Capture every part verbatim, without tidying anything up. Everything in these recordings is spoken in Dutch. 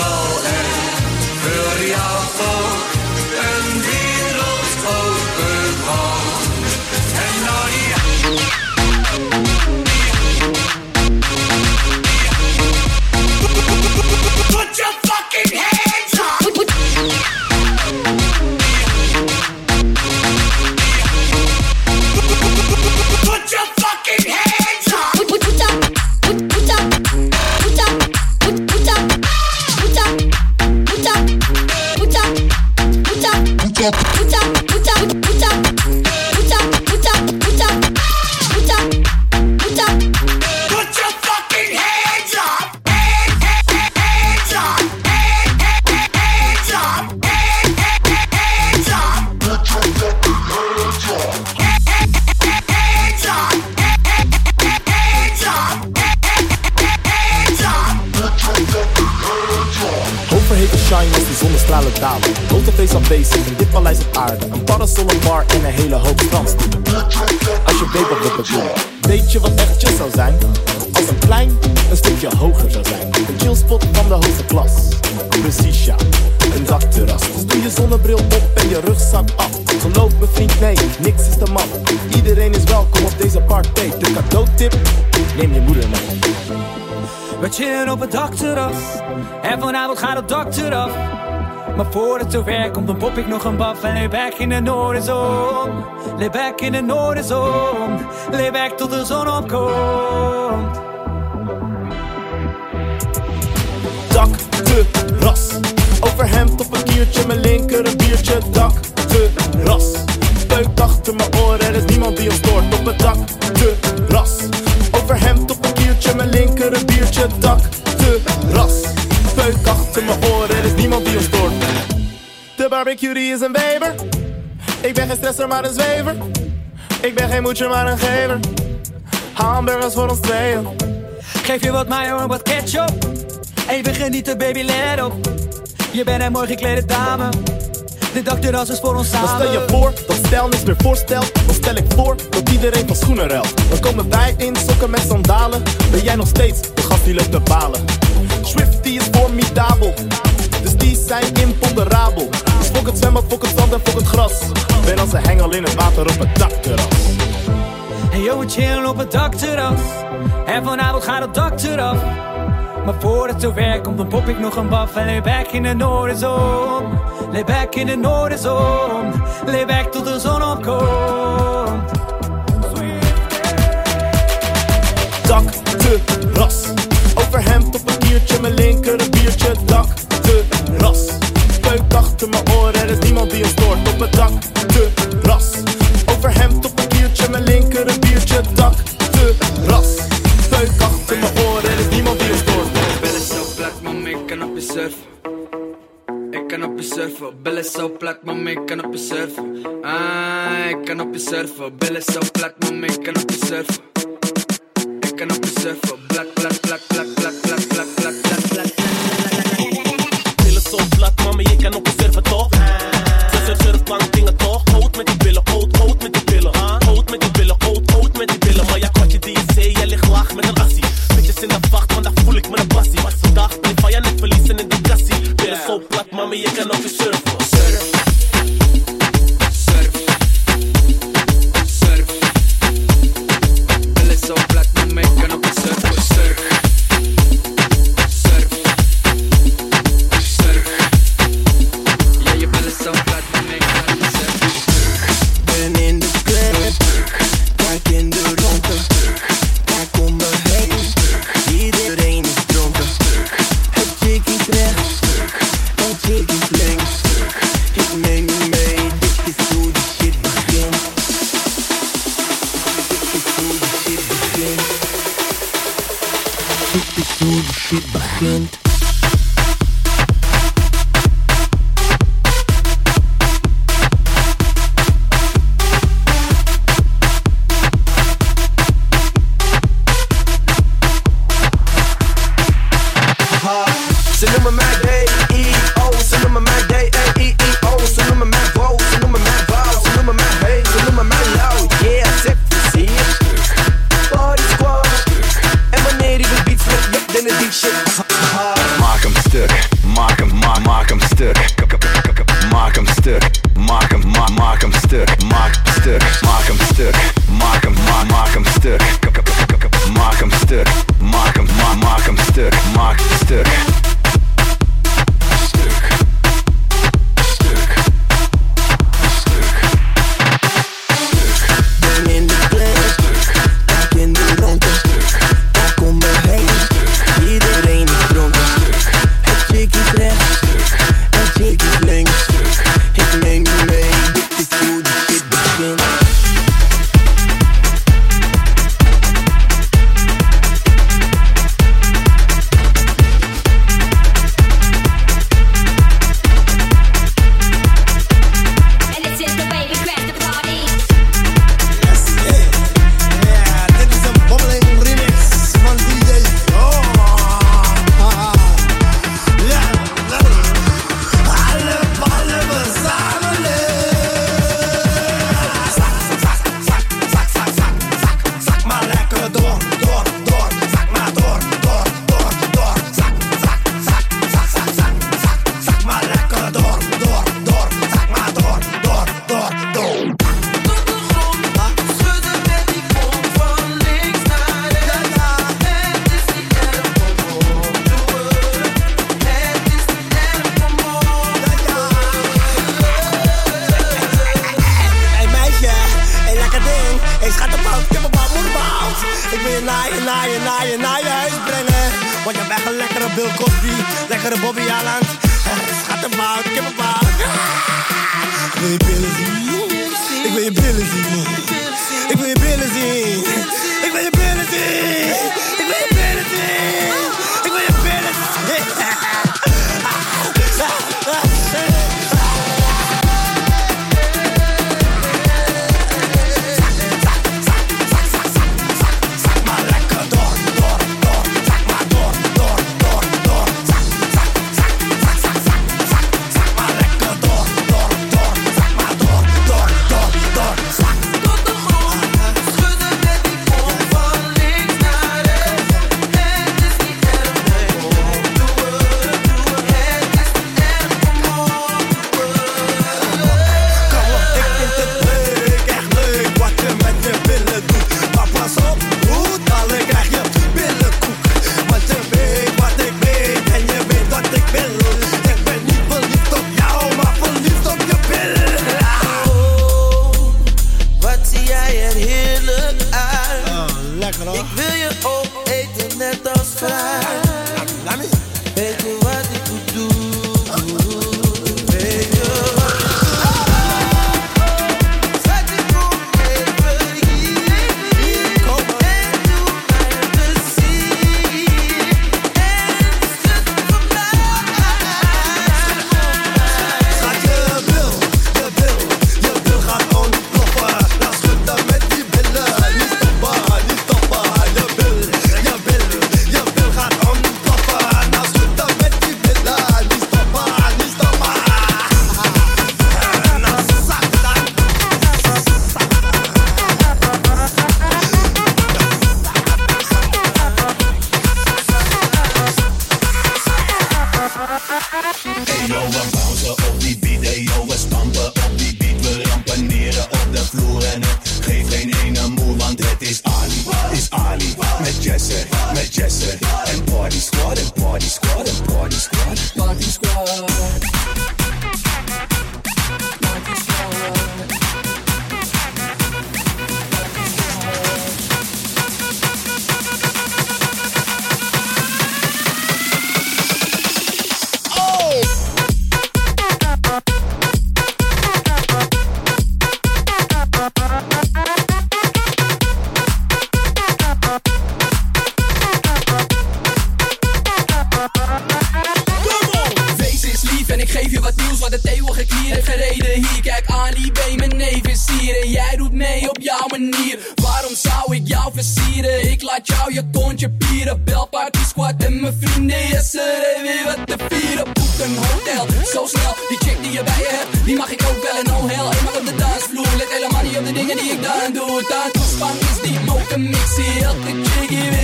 zal er voor jou ook een wereld opengaan. En nou ja. Put your fucking hands up! Put your fucking hands up! Put, put up, put, put up, put up, put, put up, put up, put up, put up, put up, put up, put up, put up, put up, put up, put up, put up, put up, put up, put up. Put your fucking hands up! Hands up! Hands up! Hands up! Put your fucking hands up! Overhete shine als de zonnestralen dalen. Grote feest aanwezig in dit paleis op aarde. Een parasollenbar en een hele hoop strandstoelen. Als je weet wat we bedoelen. Weet je wat echt chill zou zijn? Als een plein een stukje hoger zou zijn. Een chillspot van de hoogste klas. Precies ja, een dakterras. Dus doe je zonnebril op en je rugzak af. Geloof me vriend, nee, niks is te man. Iedereen is welkom op deze party. De cadeautip, neem je moeder mee. We chillen op het dakterras en vanavond gaat het dak eraf. Maar voor het zover komt, dan pop ik nog een baf. En lay back in de noordenzon. Lay back in de noordenzon. Lay back tot de zon opkomt. Dakterras. Overhemd op een kiertje, mijn linker een biertje. Dakterras. Peuk achter mijn oren, er is niemand die ons stoort op het dakterras. Overhemd op een kiertje, mijn linker een biertje. Dakterras. Peuk achter mijn oren, er is niemand die ons stoort. De barbecue die is een weber. Ik ben geen stresser maar een zwever. Ik ben geen moedje maar een gever. Hamburgers voor ons tweeën. Geef je wat mayo en wat ketchup. Even genieten baby, let op. Je bent een mooi geklede dame. De dakterras is voor ons samen. Dan stel je voor dat stijl niks meer voorstelt. Dan stel ik voor dat iedereen van schoenen ruilt. Dan komen wij in sokken met sandalen. Ben jij nog steeds de gast die leuk te balen. Swifty is formidabel, dus die zijn imponderabel. Dus fok het zwembad, fok het zand en fok het gras. Ben als een hengel in het water op het dakterras. Hey yo, we chillen op het dakterras. En vanavond gaat het dak eraf. Maar voor het zover komt, dan pop ik nog een baf. En lay back in de noordenzon. Lay back in de noordenzon. Lay back tot de zon opkomt. Dakterras. Overhemd op een kiertje, mijn linker een biertje. Dakterras. Peuk achter mijn oren, er is niemand die ons stoort op het dakterras. Overhemd op een kiertje, mijn linker een biertje. Dakterras. Peuk achter mijn oren, er is niemand die ons stoort. Billen zo plat, mama, ik kan op je surfen. Ik kan op je surfen. Billen zo plat, mama, ik kan op je surfen. Ah, ik kan op je surfen. Billen zo plat, mama, ik kan op je surfen. Ik kan op je surfen. Plat, plat, plat, plat, plat, plat, plat, plat, plat, plat. Billen zo plat, mama, je kan op je surfen toch? Surf, surf, bang dingen toch? Houd met die billen, houd, houd met die billen. Houd met die billen, houd, houd met die billen. Maar ja, kwartje die je zee, jij ligt laag met een assie. Bitches in de vacht, want daar voel ik me een passie. Vandaag ben ik van je net verliezen in de kassie. Billen zo plat, mama, je kan op je surfen. Surf. Surf. Surf. Billen zo plat, mama, ik kan op je surfen. Surf. Surf. Surf. Ja, je billen zo plat, mama, ik kan op je surfen. Ben in de club, kijk in de ronde. Kijk om me heen, iedereen is dronken. Het chickie rechts, het chickie links. Ik neem je mee, dit is hoe de shit begint. Dit is hoe de shit begint. Dit is hoe de shit begint. Ze noemen mij D I O, ze noemen mij D E I I O. Ze noemen mij Bo, ze noemen mij Bao. Ze noemen mij Hey, ze noemen mij Lau. Yeah, zet plezier. Party squad. En wanneer die de beat flipt, dan is die shit hard. Maak hem stuk, maak hem stuk. Maak hem stuk. Maak hem, ma maak hem stuk. Maak stuk. Maak hem stuk. Maak hem, ma maak hem stuk. Maak hem stuk. Maak hem, ma maak hem stuk. Maak stuk.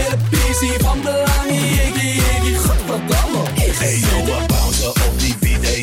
Hey yo, we bouncen op die beat.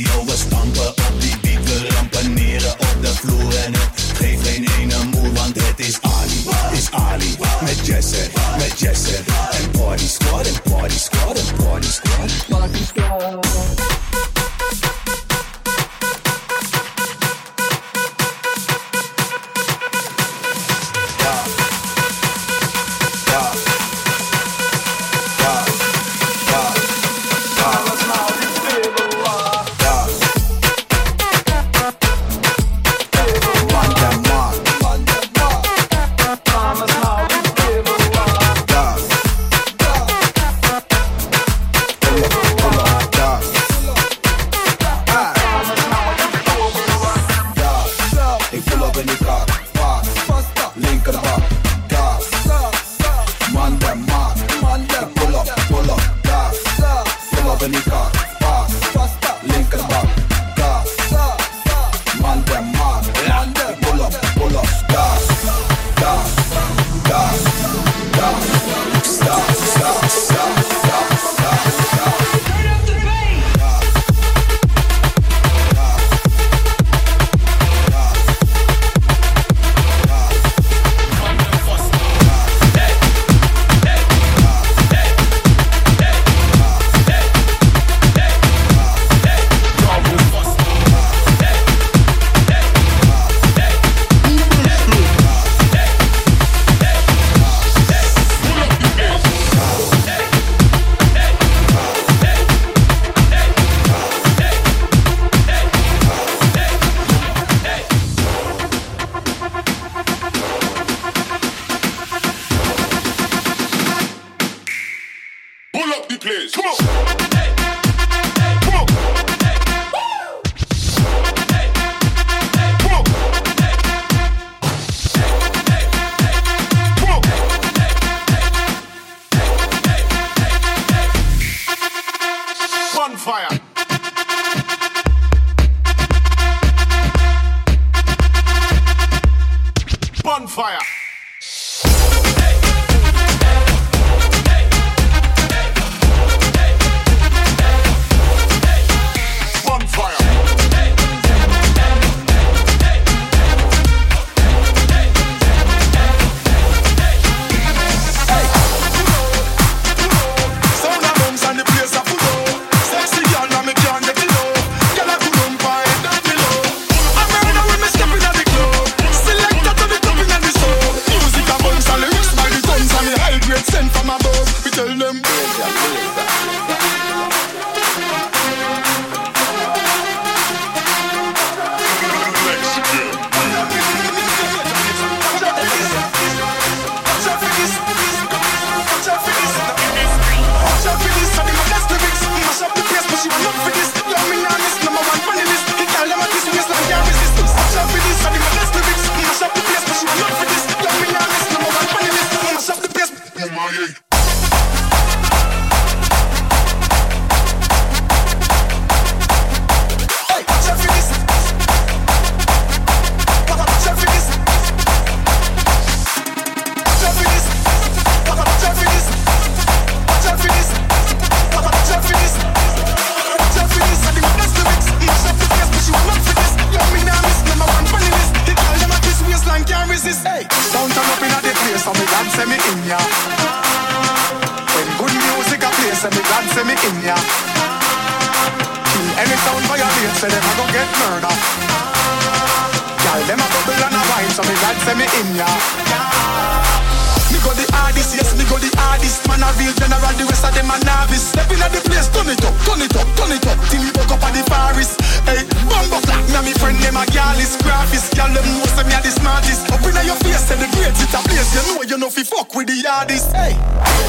glad say me in ya. When good music a play, say me glad say me in ya. Kill any sound violate, say them a go get murder. Y'all them a bubble and a wine, so me glad say me in ya. Me go the hardest, yes, me go the hardest. Man a real general, the rest of them a novice. Step in at the place, turn it up, turn it up, turn it up. Till we woke up at the forest. Hey, bumbo clap, me and me friend them a gallus graphist. Y'all them know say me a the smartest. Up inna your face, say the grades it a place. You know you know fi fuck with the hardest. Hey.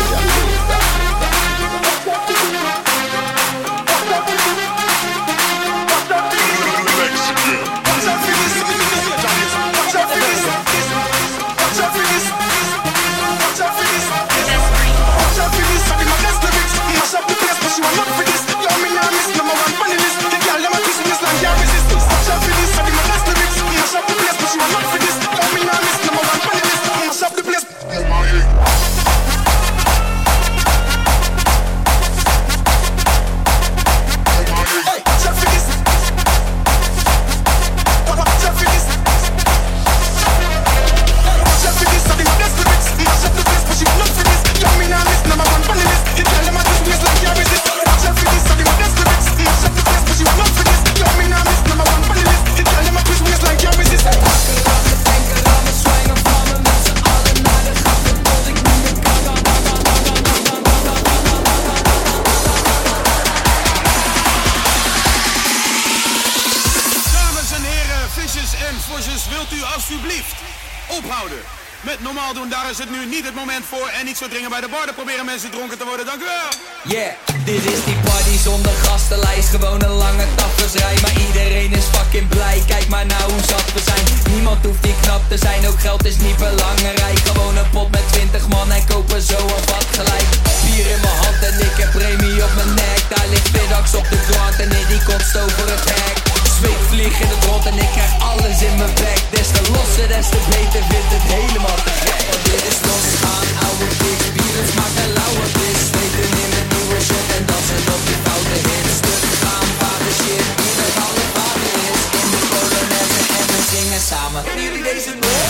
Met normaal doen, daar is het nu niet het moment voor. En niet zo dringen bij de bar, dan proberen mensen dronken te worden. Dank u wel. Yeah, dit is die party zonder gastenlijst. Gewoon een lange tappersrij, maar iedereen is fucking blij. Kijk maar nou hoe zat we zijn. Niemand hoeft die knap te zijn, ook geld is niet belangrijk. Gewoon een pot met twintig man en kopen zo een wat gelijk. Bier in mijn hand en ik heb premie op mijn nek. Daar ligt middags op de grond en in die kotst over het hek. Zweet vlieg in het rot en ik krijg alles in mijn bek. Des te losser, des te beter, vindt het helemaal te gek. Want dit is losgaan, ouwe dik. Bier smaakt naar lauwe vis. Zweten in mijn nieuwe shirt en dansen op die foute hits. Stuk gaan, vader shit, wie dat alle vader is. In de polonaise en we zingen samen. Kennen jullie deze nog?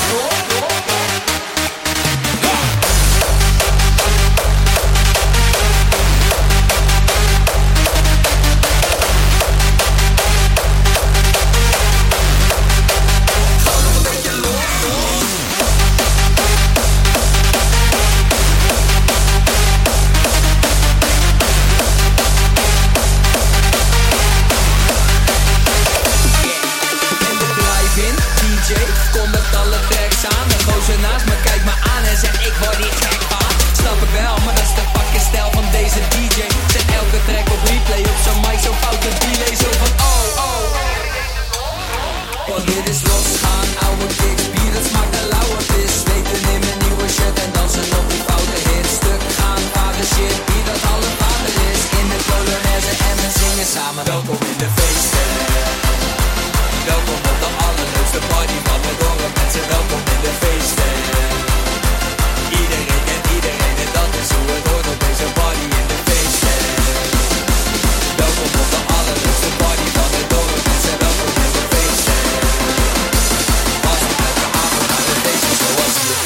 Kondigt alle tracks aan. De gozer naast me kijkt me aan en zegt ik word niet gek van. Snap ik wel, maar dat is de fucking stijl van deze D J. Zet elke track op replay op zo'n mic, zo fout een delay. Zo van oh oh. Want dit is losgaan, ouwe kicks. Bier dat smaakt naar lauwe vis. Zweten in mijn nieuwe shirt en dansen op die foute hits. Stuk gaan, vader shit, wie dat alle vader is. In de polonaise en we zingen samen. Welkom in de feesten. Welkom op de allerleukste party van de dorp. Mensen, welkom in de feesten. Iedereen kent iedereen en dat is hoe het hoort op deze party in de feesten. Welkom op de allerleukste party van de dorp. Mensen, welkom in de feesten. Als ik elke avond naar de feesten zoals hier.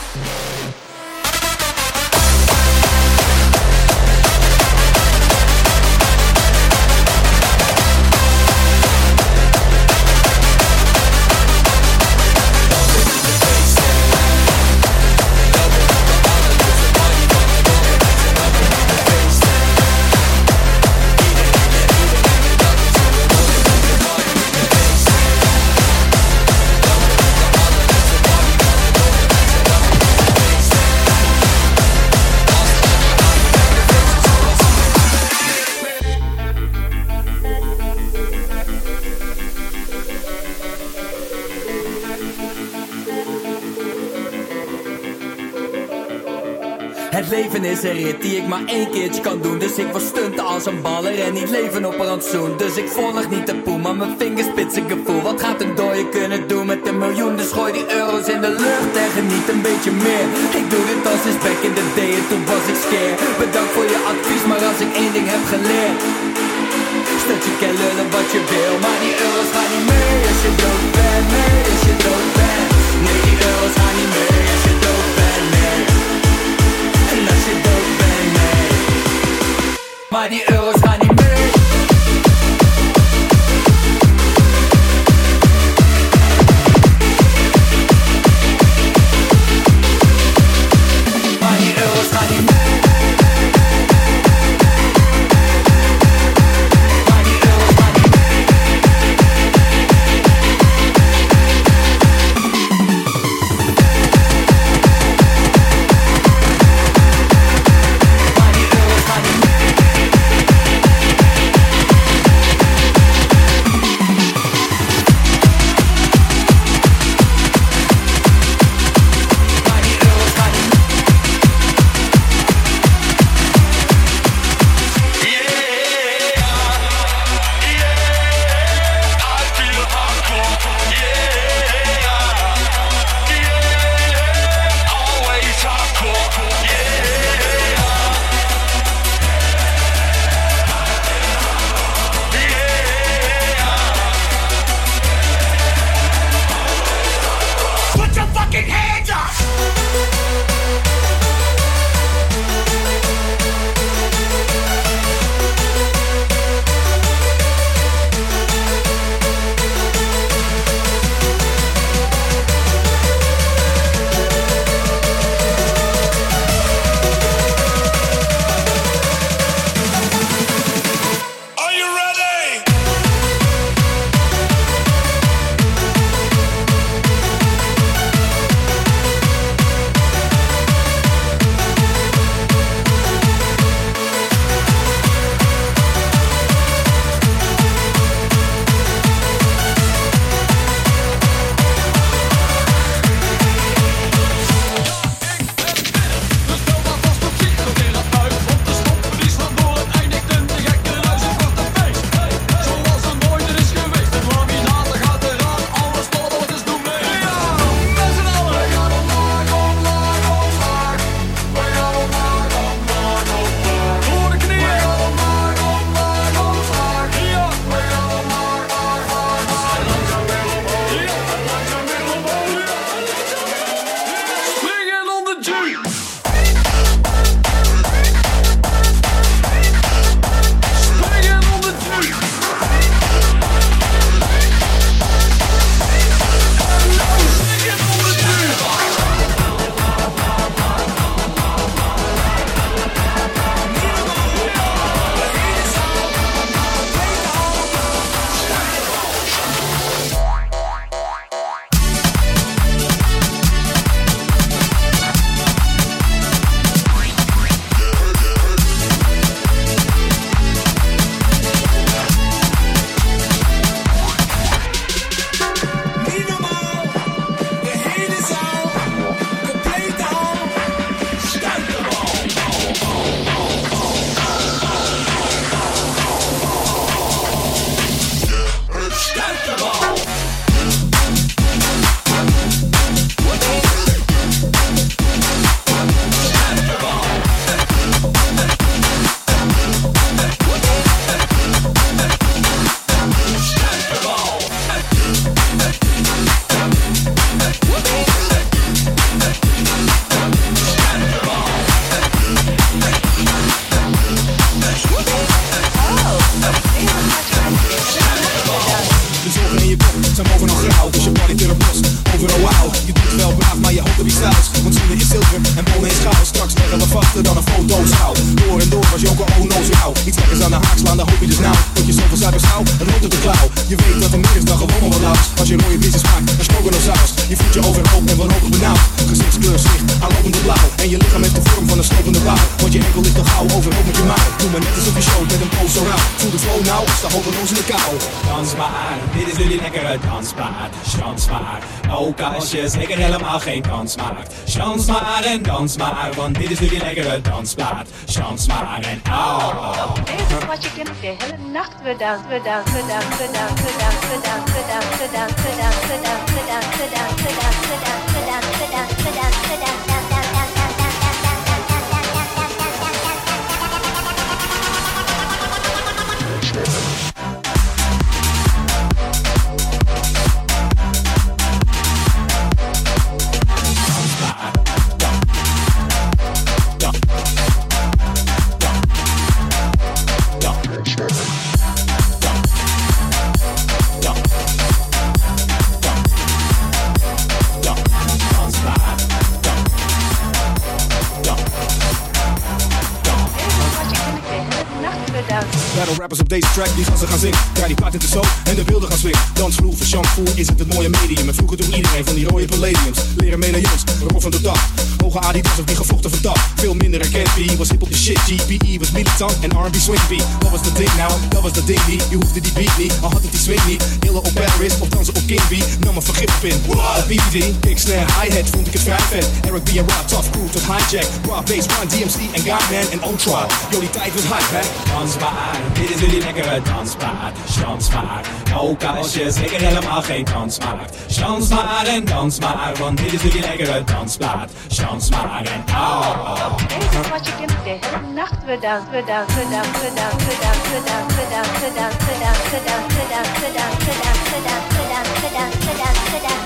Het leven is een rit die ik maar één keertje kan doen. Dus ik wil stunten als een baller en niet leven op een rantsoen. Dus ik volg niet de poel, maar mijn vingers spitsen gevoel. Wat gaat een dooie kunnen doen met een miljoen? Dus gooi die euro's in de lucht en geniet een beetje meer. Ik doe dit al sinds back in the day en toen was ik scared. Bedankt voor je advies, maar als ik één ding heb geleerd, dat je kan lullen wat je wil, maar die euro's gaan niet mee als je dood bent. Nee, als je dood bent. Nee, die euro's gaan niet mee als je dood bent. Nee. saus. Want zielen is zilver en bonen is goud. Straks leggen we vaster dan een fotoschouw. Door en door was Joko Ono jou. Iets lekkers aan de haak slaan, dan hoop je dus nou. Dat je zoveel zuiver schouw, het rolt op de klauw. Je weet dat er meer is dan gewoon wat lauws. Als je rode business maakt, dan smoken of saus. Je voelt je overhoop en wanhopig benauwd. Gezichtskleur zicht, aanlopende blauw. En je lichaam heeft de vorm van een slopende bouw. Want je enkel ligt al gauw overhoop met je mouw. Doe maar net alsof je showt met een poos zo rauw. Voel de flow nou, sta hopeloos in de kou. Dans maar, dit is jullie lekkere danspaard. Chans maar, ook als je zeker helemaal geen kans maakt. Chans maar en dans maar, want dit is jullie lekkere dansplaat. Chans maar en au. Dit is wat je kunt de hele nacht we dansen, we dansen, we dansen, we dansen, we dansen, we dansen, we dansen, we dansen, we dansen, we dansen, we dansen, we dansen, we dansen, we dansen, we dansen, we dansen, we dansen, we dansen. Battle rappers op deze track, die gassen gaan zingen. Draai die plaat in de zo en de beelden gaan swingen. Dansvloer, verchankvoer is het het mooie medium. En vroeger toen iedereen van die rode palladiums. Leren medaillons, rof van de dag. Hoge Adidas of die gevochten van dag. Veel minder herkend, P was hip op de shit. G P E was militant en R and B swing beat. Dat was de ding nou, dat was de ding niet. Je hoefde die beat niet, al had het die swing niet. Hillen op Paris of dansen op King B. Nam een vergif op in. Op B B D, kick, snare, hi-hat vond ik het vrij vet. Eric B en Rock, tough crew tot hijack. Rock, bass, Run, D M C en Godman en Ultra. Yo, die tijd was hype, hè. Dans maar, dit is jullie lekkere dansplaat. Chans maar, ook als je zeker helemaal geen kans maakt. Chans maar en dans maar, want dit is jullie lekkere dansplaat. Chans maar en au. Dit is wat je kunt de hele nacht we dansen, we dansen, we dansen, we dansen, we dansen, we dansen, we dansen, we dansen, we dansen, we dansen, we dansen, we dansen, we dansen, we dansen, we dansen, we dansen, we dansen, we dansen.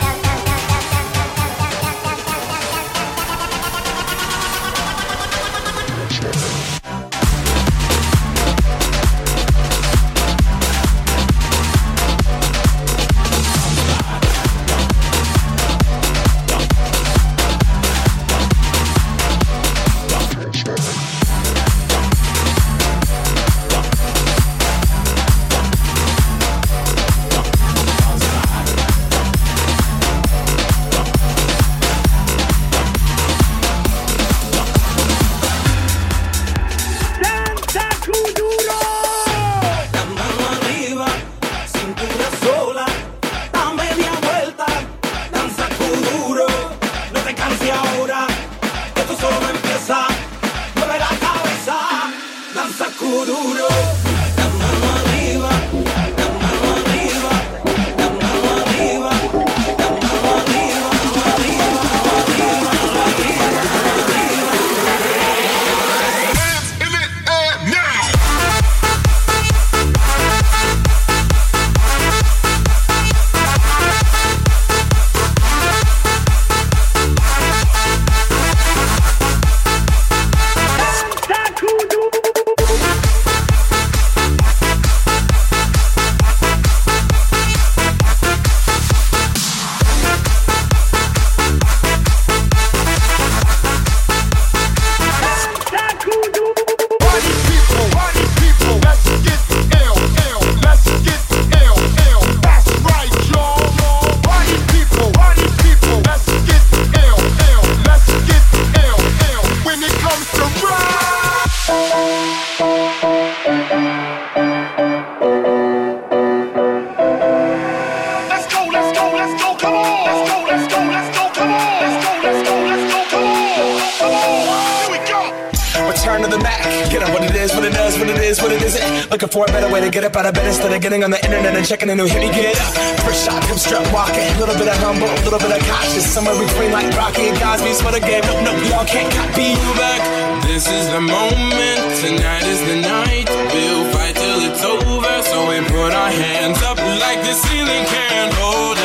Looking for a better way to get up out of bed instead of getting on the internet and checking a new hit. Me get up, first shot, hip strut walking, a little bit of humble, a little bit of cautious, somewhere between like Rocky and Cosby's for the game. No, no, y'all can't copy you back. This is the moment, tonight is the night. We'll fight till it's over, so we put our hands up like the ceiling can't hold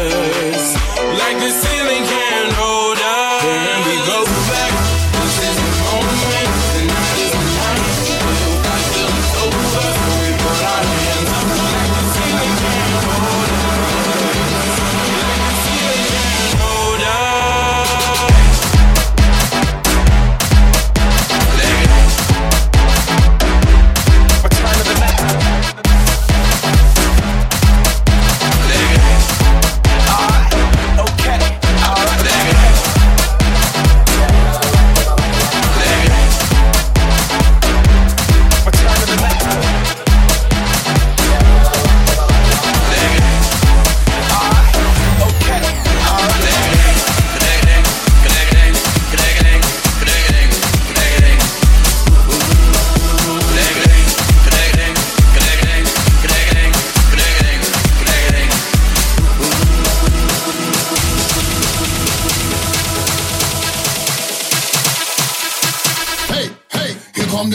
us, like the ceiling can't hold us. And we go back. This is the moment, tonight is the night. We'll fight till it's over, so we put our hands up like the ceiling can't hold us, like the ceiling can't hold us.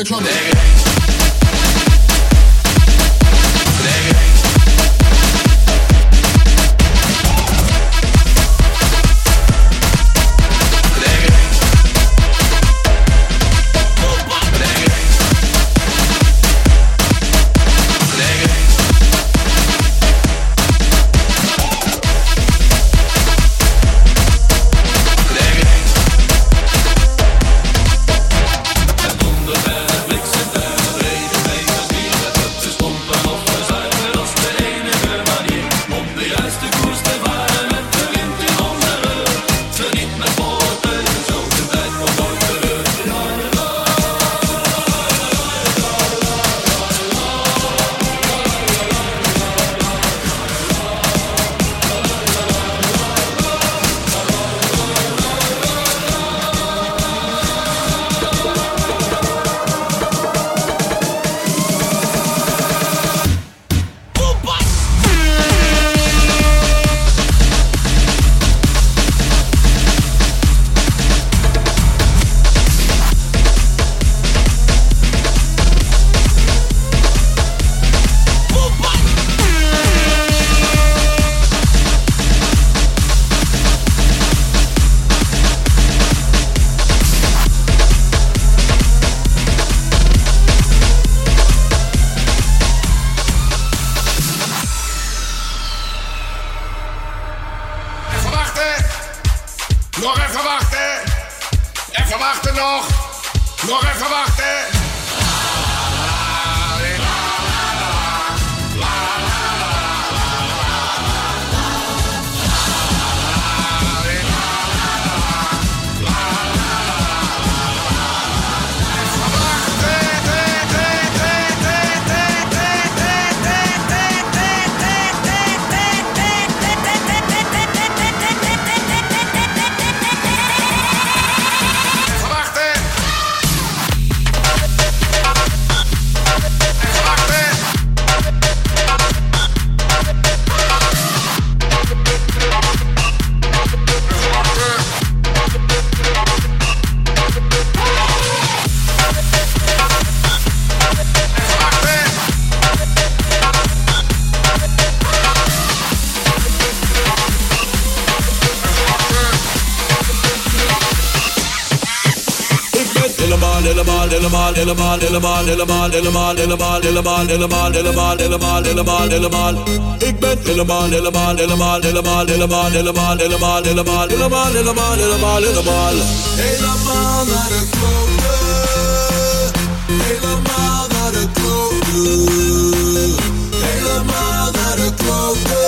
the trouble. Nog even wachten. Even wachten nog. Nog even wachten. Helemaal, helemaal, helemaal, helemaal, helemaal, helemaal, helemaal, helemaal, helemaal, helemaal, helemaal, helemaal, helemaal. Ik ben helemaal, helemaal, helemaal, helemaal, helemaal, helemaal, helemaal, helemaal, helemaal, helemaal, helemaal, helemaal. Helemaal naar de klote. Helemaal naar de klote. Helemaal naar de klote.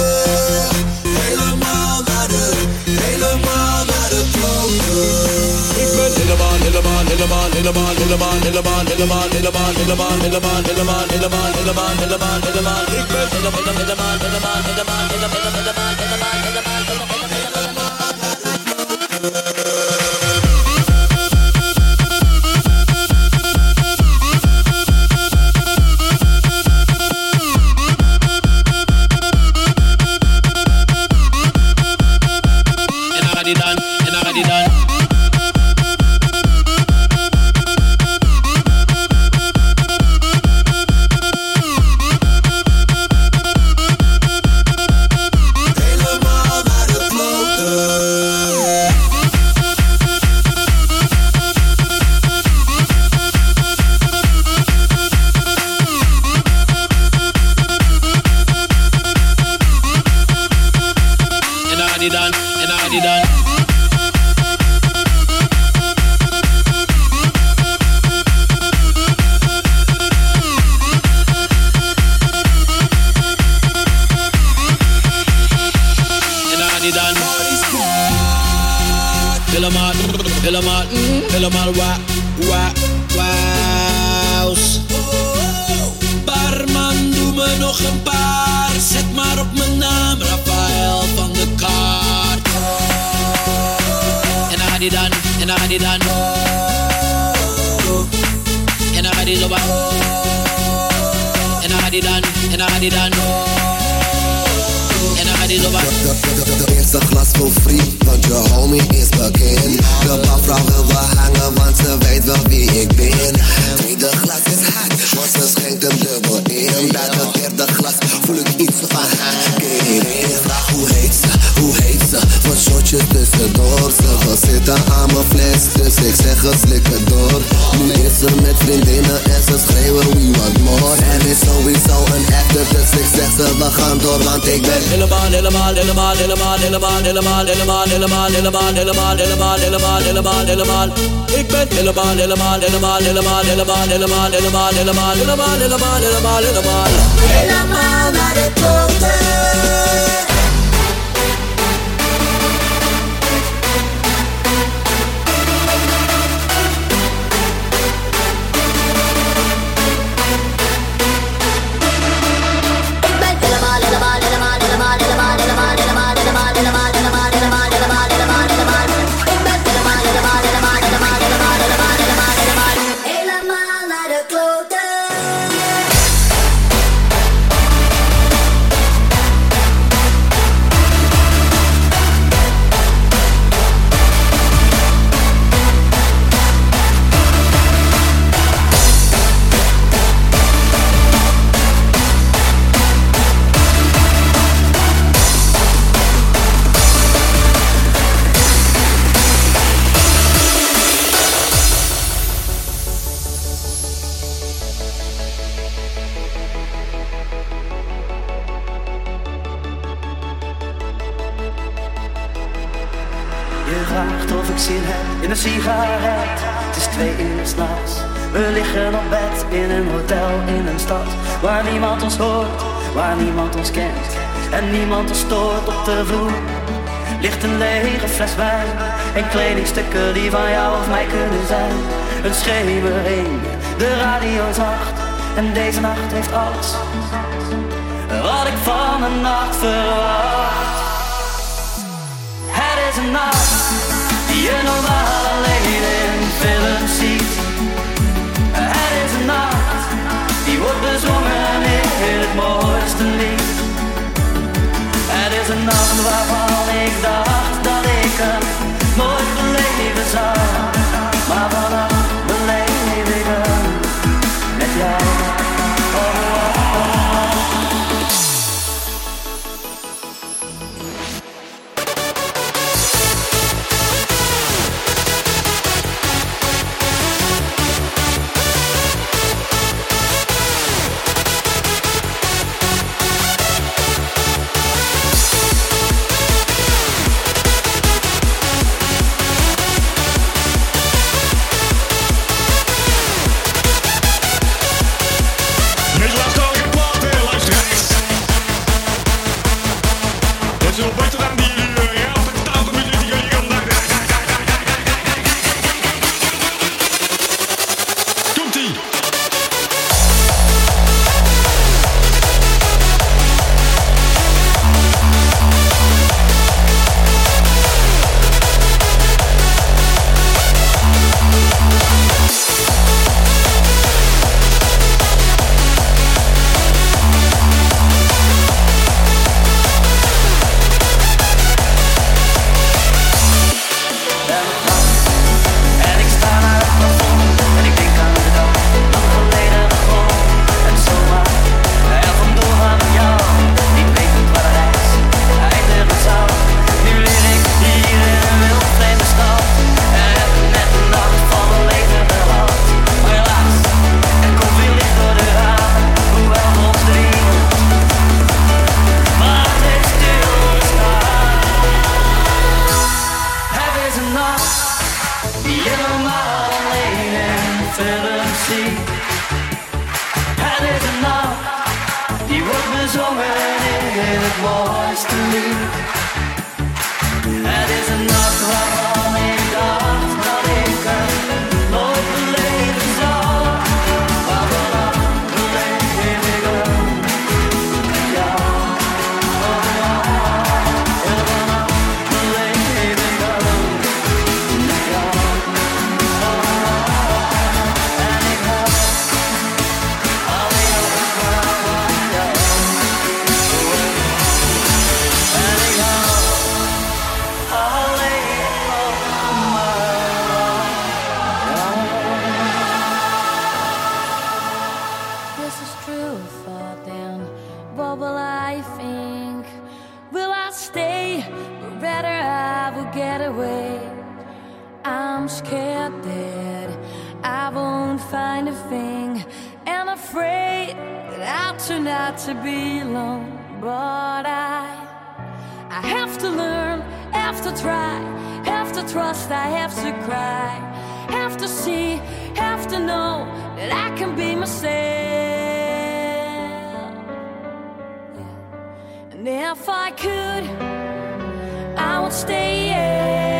Helemaal naar de, helemaal naar de klote. Helemaal, helemaal, helemaal, helemaal, helemaal, helemaal, helemaal, helemaal, helemaal, helemaal, helemaal, helemaal, helemaal, helemaal, helemaal. Ik ben helemaal, helemaal, helemaal, helemaal, helemaal, helemaal, helemaal, helemaal, En dan gaat die dan, en dan gaat die dan. Helemaal, helemaal wa, wa, wauws. Barman, doe me nog een paar. Zet maar op mijn naam, Rafael van de Kaart. En dan gaat hij dan, en dan gaat hij dan. En dan gaat hij zo wat. En dan gaat hij dan, en dan gaat hij dan. en dan gaat hij zo wat. De eerste glas voor free, want je homie is bekend. De buurvrouw wil we hangen, want ze weet wel wie ik ben. Tweede glas is hard, want ze schenkt hem dubbel in. Bij het derde glas voel ik iets van haar. Ik vraag hoe heet ze, hoe heet ze? Van shotjes tussendoor. Ze wil zitten aan mijn fles, dus ik zeg het slik het door. Nu is ze met vriendinnen en ze schreeuwen we want more. Er is sowieso een echte, dus ik zeg ze we gaan door, want ik ben helemaal, helemaal, helemaal, helemaal, helemaal, helemaal, helemaal, helemaal, helemaal, helemaal, helemaal, helemaal, helemaal, helemaal. Ik ben helemaal, helemaal, helemaal, helemaal, helemaal, helemaal, helemaal, helemaal, helemaal, helemaal, helemaal, helemaal. Helemaal naar de kloten. Je vraagt of ik zin heb in een sigaret. Het is twee uur s'nachts. We liggen op bed in een hotel in een stad waar niemand ons hoort, waar niemand ons kent en niemand ons stoort. Op de vloer ligt een lege fles wijn en kledingstukken die van jou of mij kunnen zijn. Een schemering, de radio zacht en deze nacht heeft alles wat ik van een nacht verwacht. Het is een nacht die je normaal alleen in films ziet. Het is een nacht die wordt bezongen in het mooiste lied. Het is een nacht waarvan ik dacht dat ik hem nooit beleven zou, maar vannacht beleef ik hem met jou. Oh, oh, oh. What will I think? Will I stay? Or rather I will get away. I'm scared that I won't find a thing, and afraid that I'll turn out to be alone. But I, I have to learn, have to try, have to trust, I have to cry, have to see, have to know that I can be myself. Yeah. And if I could, I would stay. Yeah.